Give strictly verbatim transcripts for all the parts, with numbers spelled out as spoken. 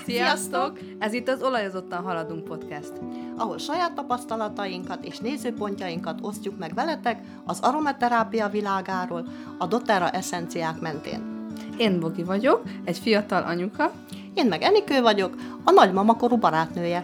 Sziasztok! Ez itt az Olajozottan Haladunk podcast, ahol saját tapasztalatainkat és nézőpontjainkat osztjuk meg veletek az aromaterápia világáról, a doTERRA eszenciák mentén. Én Bogi vagyok, egy fiatal anyuka. Én meg Enikő vagyok, a nagymamakorú barátnője.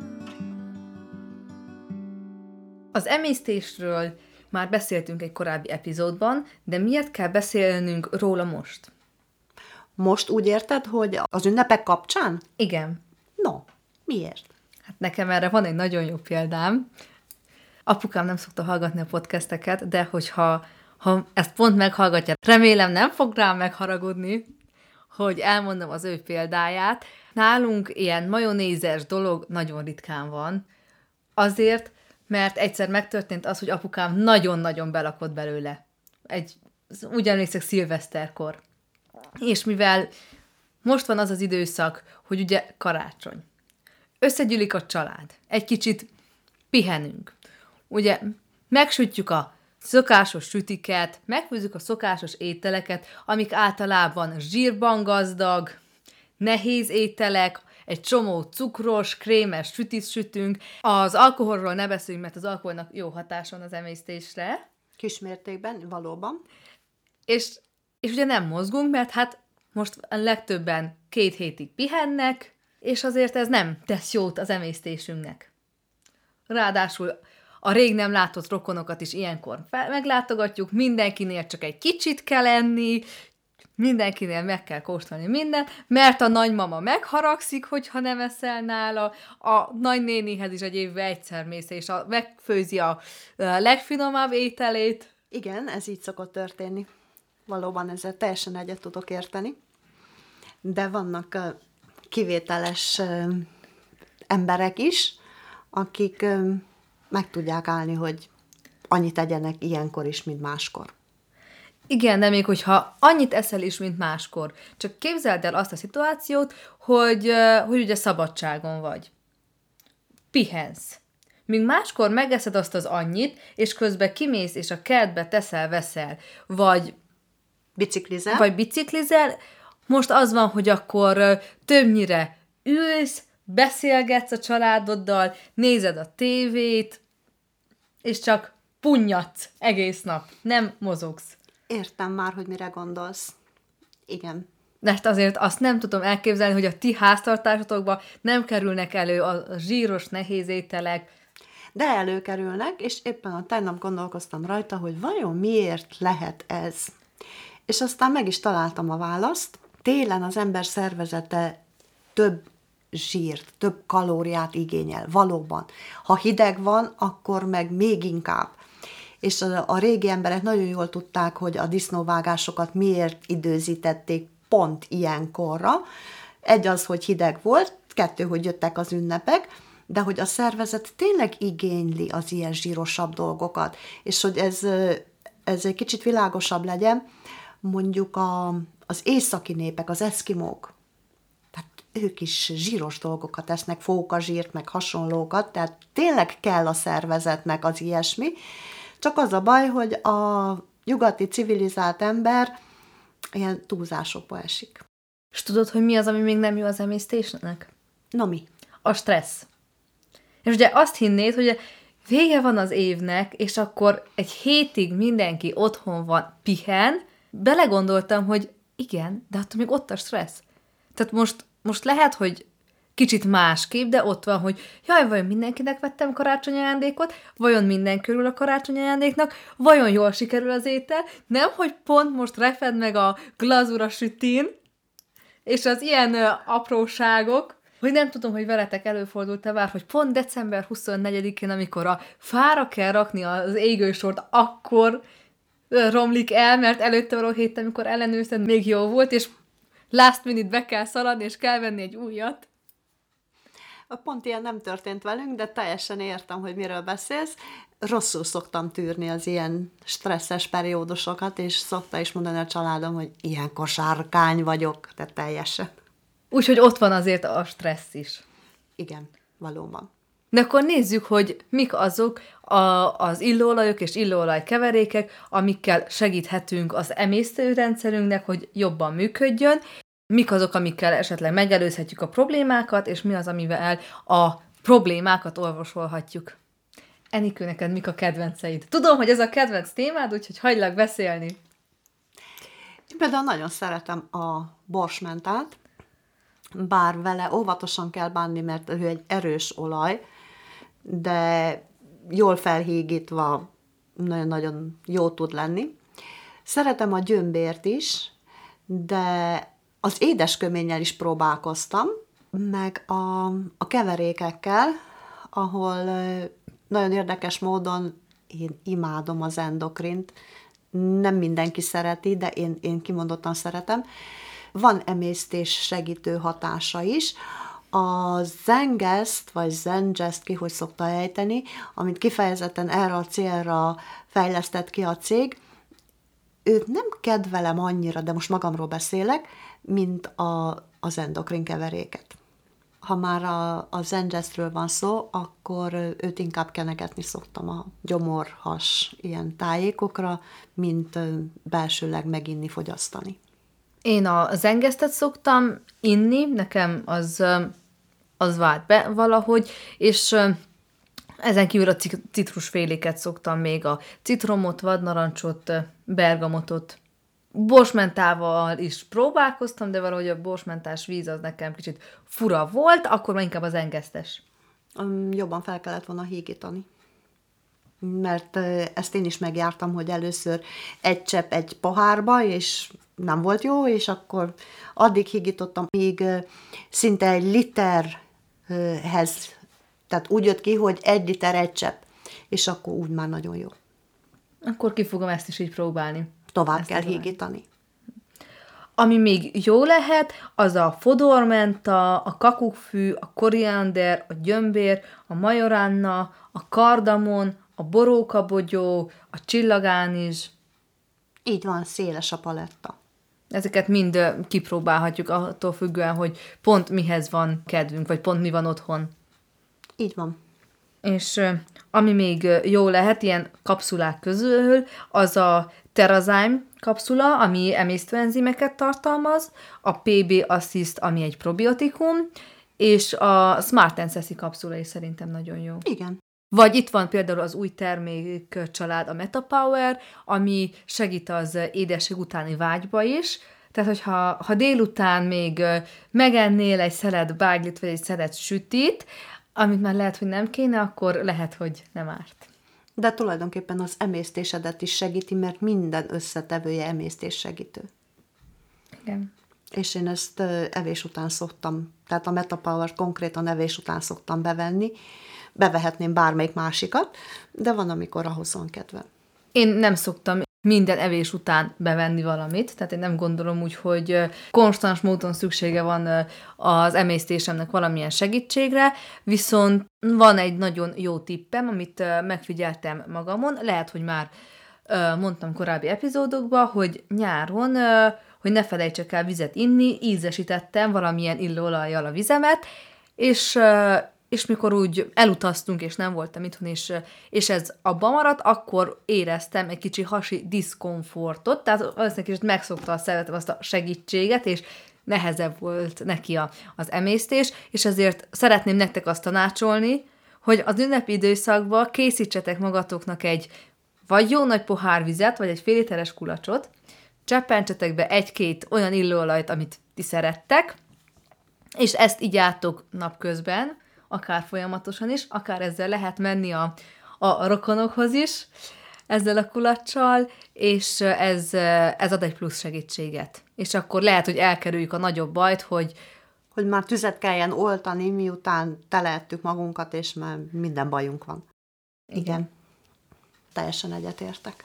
Az emésztésről már beszéltünk egy korábbi epizódban, de miért kell beszélnünk róla most? Most úgy érted, hogy az ünnepek kapcsán? Igen. No, miért? Hát nekem erre van egy nagyon jó példám. Apukám nem szokta hallgatni a podcasteket, de hogyha ha ezt pont meghallgatja, remélem nem fog rám megharagudni, hogy elmondom az ő példáját. Nálunk ilyen majonézes dolog nagyon ritkán van. Azért, mert egyszer megtörtént az, hogy apukám nagyon-nagyon belakott belőle. Egy, úgy emlékszek, szilveszterkor. És mivel most van az az időszak, hogy ugye karácsony. Összegyűlik a család. Egy kicsit pihenünk. Ugye megsütjük a szokásos sütiket, megfőzzük a szokásos ételeket, amik általában zsírban gazdag, nehéz ételek, egy csomó cukros, krémes sütit sütünk. Az alkoholról ne beszéljünk, mert az alkoholnak jó hatása van az emésztésre. Kismértékben, valóban. És, és ugye nem mozgunk, mert hát most a legtöbben két hétig pihennek, és azért ez nem tesz jót az emésztésünknek. Ráadásul a rég nem látott rokonokat is ilyenkor fel, meglátogatjuk, mindenkinél csak egy kicsit kell enni, mindenkinél meg kell kóstolni mindent, mert a nagymama megharagszik, hogyha nem eszel nála, a nagynénihez is egy évben egyszer mész, és a, megfőzi a, a legfinomabb ételét. Igen, ez így szokott történni. Valóban ezzel teljesen egyet tudok érteni. De vannak uh, kivételes uh, emberek is, akik uh, meg tudják állni, hogy annyit tegyenek ilyenkor is, mint máskor. Igen, de még hogyha annyit eszel is, mint máskor, csak képzeld el azt a szituációt, hogy, uh, hogy ugye szabadságon vagy. Pihensz. Míg máskor megeszed azt az annyit, és közben kimész, és a kertbe teszel-veszel, vagy biciklizel. Vagy biciklizel. Most az van, hogy akkor uh, többnyire ülsz, beszélgetsz a családoddal, nézed a tévét, és csak punnyadsz egész nap. Nem mozogsz. Értem már, hogy mire gondolsz. Igen. De azért azt nem tudom elképzelni, hogy a ti háztartásotokban nem kerülnek elő a zsíros, nehéz ételek. De előkerülnek, és éppen a tegnap gondolkoztam rajta, hogy vajon miért lehet ez. És aztán meg is találtam a választ. Télen az ember szervezete több zsírt, több kalóriát igényel, valóban. Ha hideg van, akkor meg még inkább. És a, a régi emberek nagyon jól tudták, hogy a disznóvágásokat miért időzítették pont ilyenkorra. Egy az, hogy hideg volt, kettő, hogy jöttek az ünnepek, de hogy a szervezet tényleg igényli az ilyen zsírosabb dolgokat. És hogy ez, ez egy kicsit világosabb legyen, mondjuk a, az északi népek, az eszkimók, tehát ők is zsíros dolgokat esznek, fókazsírt, meg hasonlókat, tehát tényleg kell a szervezetnek az ilyesmi, csak az a baj, hogy a nyugati civilizált ember ilyen túlzásokba esik. És tudod, hogy mi az, ami még nem jó az emésztésnek? Na mi? A stressz. És ugye azt hinnéd, hogy vége van az évnek, és akkor egy hétig mindenki otthon van, pihen. Belegondoltam, hogy igen, de attól még ott a stressz. Tehát most, most lehet, hogy kicsit másképp, de ott van, hogy jaj, vajon mindenkinek vettem karácsonyi ajándékot, vajon minden körül a karácsonyi ajándéknak, vajon jól sikerül az étel, nem, hogy pont most refed meg a glazúra sütin, és az ilyen ö, apróságok, hogy nem tudom, hogy veletek előfordult-e már, hogy pont december huszonnegyedikén, amikor a fára kell rakni az égősort, akkor romlik el, mert előtte való héten, amikor ellenőrzted, még jó volt, és last minute be kell szaladni, és kell venni egy újat. Pont ilyen nem történt velünk, de teljesen értem, hogy miről beszélsz. Rosszul szoktam tűrni az ilyen stresszes periódusokat, és szokta is mondani a családom, hogy ilyenkor sárkány vagyok, de teljesen. Úgyhogy ott van azért a stressz is. Igen, valóban. De akkor nézzük, hogy mik azok a, az illóolajok és illóolaj keverékek, amikkel segíthetünk az emésztőrendszerünknek, hogy jobban működjön. mik azok, amikkel esetleg megelőzhetjük a problémákat, és mi az, amivel a problémákat orvosolhatjuk. Enikő, neked mik a kedvenceid? Tudom, hogy ez a kedvenc témád, úgyhogy hagylak beszélni. Én például nagyon szeretem a borsmentát, bár vele óvatosan kell bánni, mert ő egy erős olaj, de jól felhígítva nagyon-nagyon jó tud lenni. Szeretem a gyömbért is, de az édesköménnyel is próbálkoztam, meg a, a keverékekkel, ahol nagyon érdekes módon én imádom az endokrint. Nem mindenki szereti, de én, én kimondottan szeretem. Van emésztés segítő hatása is. A Zengest, vagy Zengest, ki hogy szokta ejteni, amit kifejezetten erre a célra fejlesztett ki a cég, őt nem kedvelem annyira, de most magamról beszélek, mint a, az endokrin keveréket. Ha már a, a Zengestről van szó, akkor őt inkább kenegetni szoktam a gyomorhas ilyen tájékokra, mint belsőleg meginni, fogyasztani. Én a Zengestet szoktam inni, nekem az, az vált be valahogy, és ezen kívül a citrusféléket szoktam még, a citromot, vadnarancsot, bergamotot. Borsmentával is próbálkoztam, de valahogy a borsmentás víz az nekem kicsit fura volt, akkor már inkább az engesztes. Jobban fel kellett volna hígítani. Mert ezt én is megjártam, hogy először egy csepp egy pohárba, és nem volt jó, és akkor addig hígítottam, míg szinte egy literhez, tehát úgy jött ki, hogy egy liter egy csepp, és akkor úgy már nagyon jó. Akkor ki fogom ezt is így próbálni. Tovább ezt kell hígítani. Ami még jó lehet, az a fodormenta, a kakukkfű, a koriander, a gyömbér, a majoránna, a kardamon, a borókabogyó, a csillagánizs. Így van, széles a paletta. Ezeket mind kipróbálhatjuk attól függően, hogy pont mihez van kedvünk, vagy pont mi van otthon. Így van. És ami még jó lehet, ilyen kapszulák közül, az a Terazyme kapszula, ami emésztőenzimeket tartalmaz, a pé bé Assist, ami egy probiotikum, és a Smart and Sassy kapszula is szerintem nagyon jó. Igen. Vagy itt van például az új termékcsalád, a MetaPower, ami segít az édesség utáni vágyba is. Tehát, hogyha ha délután még megennél egy szelet báglit, vagy egy szelet sütit, amit már lehet, hogy nem kéne, akkor lehet, hogy nem árt. De tulajdonképpen az emésztésedet is segíti, mert minden összetevője emésztés segítő. Igen. És én ezt evés után szoktam, tehát a MetaPower konkrétan evés után szoktam bevenni, bevehetném bármelyik másikat, de van, amikor ahhoz van kedvem. Én nem szoktam minden evés után bevenni valamit, tehát én nem gondolom úgy, hogy konstans módon szüksége van az emésztésemnek valamilyen segítségre, viszont van egy nagyon jó tippem, amit megfigyeltem magamon, lehet, hogy már mondtam korábbi epizódokban, hogy nyáron, hogy ne felejtsek el vizet inni, ízesítettem valamilyen illóolajjal a vizemet, és és mikor úgy elutaztunk, és nem voltam itthon, és, és ez abba maradt, akkor éreztem egy kicsi hasi diszkomfortot, tehát valószínűleg kicsit megszokta a szervezetem azt a segítséget, és nehezebb volt neki a, az emésztés, és ezért szeretném nektek azt tanácsolni, hogy az ünnepi időszakban készítsetek magatoknak egy vagy jó nagy pohár vizet, vagy egy fél literes kulacsot, cseppentsetek be egy-két olyan illóolajt, amit ti szerettek, és ezt igyátok napközben, akár folyamatosan is, akár ezzel lehet menni a, a rokonokhoz is, ezzel a kulaccsal, és ez, ez ad egy plusz segítséget. És akkor lehet, hogy elkerüljük a nagyobb bajt, hogy hogy már tüzet kelljen oltani, miután teleettük magunkat, és már minden bajunk van. Igen. Igen. Teljesen egyetértek.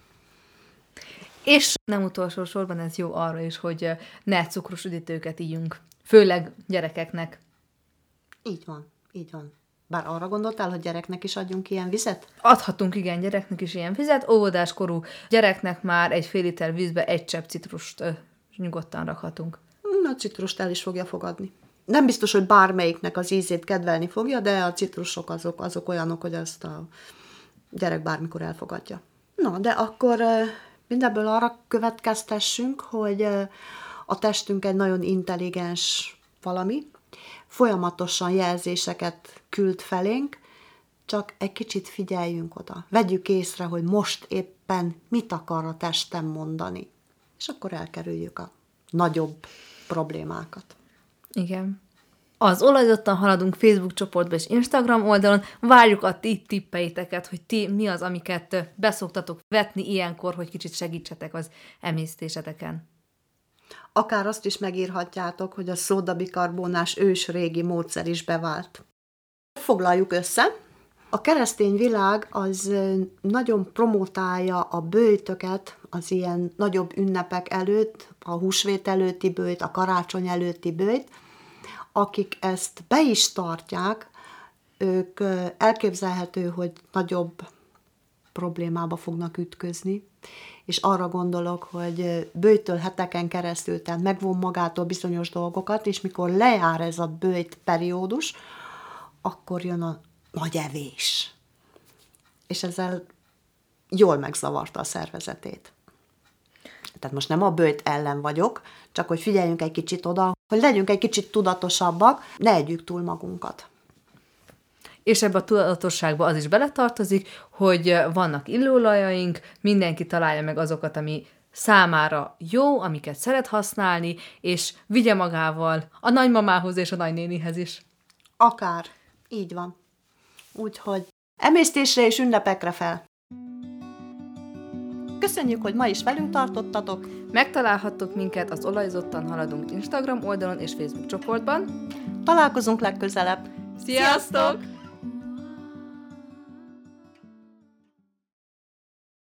És nem utolsó sorban ez jó arra is, hogy ne cukros üdítőket ígyunk. Főleg gyerekeknek. Így van, így van. Bár arra gondoltál, hogy gyereknek is adjunk ilyen vizet? Adhatunk, igen, gyereknek is ilyen vizet. Óvodáskorú gyereknek már egy fél liter vízbe egy csepp citrust ö, nyugodtan rakhatunk. A citrust el is fogja fogadni. Nem biztos, hogy bármelyiknek az ízét kedvelni fogja, de a citrusok azok, azok olyanok, hogy ezt a gyerek bármikor elfogadja. Na, de akkor mindebből arra következtessünk, hogy A testünk egy nagyon intelligens valami, folyamatosan jelzéseket küld felénk, csak egy kicsit figyeljünk oda. Vegyük észre, hogy most éppen mit akar a testem mondani. És akkor elkerüljük a nagyobb problémákat. Igen. Az Olajozottan Haladunk Facebook csoportban és Instagram oldalon várjuk a ti tippeiteket, hogy ti mi az, amiket beszoktatok vetni ilyenkor, hogy kicsit segítsetek az emésztéseteken. Akár azt is megírhatjátok, hogy a szódabikarbónás ős régi módszer is bevált. Foglaljuk össze. A keresztény világ az nagyon promotálja a böjtöket az ilyen nagyobb ünnepek előtt, a húsvét előtti böjt, a karácsony előtti böjt. Akik ezt be is tartják, ők elképzelhető, hogy nagyobb problémába fognak ütközni, és arra gondolok, hogy böjtől heteken keresztül, tehát megvon magától bizonyos dolgokat, és mikor lejár ez a böjt periódus, akkor jön a nagy evés. És ezzel jól megzavarta a szervezetét. Tehát most nem a böjt ellen vagyok, csak hogy figyeljünk egy kicsit oda, hogy legyünk egy kicsit tudatosabbak, ne együk túl magunkat. És ebbe a tudatosságba az is beletartozik, hogy vannak illóolajaink, mindenki találja meg azokat, ami számára jó, amiket szeret használni, és vigye magával a nagymamához és a nagynénihez is. Akár. Így van. Úgyhogy emésztésre és ünnepekre fel. Köszönjük, hogy ma is velünk tartottatok. Megtalálhattok minket az Olajozottan Haladunk Instagram oldalon és Facebook csoportban. Találkozunk legközelebb. Sziasztok!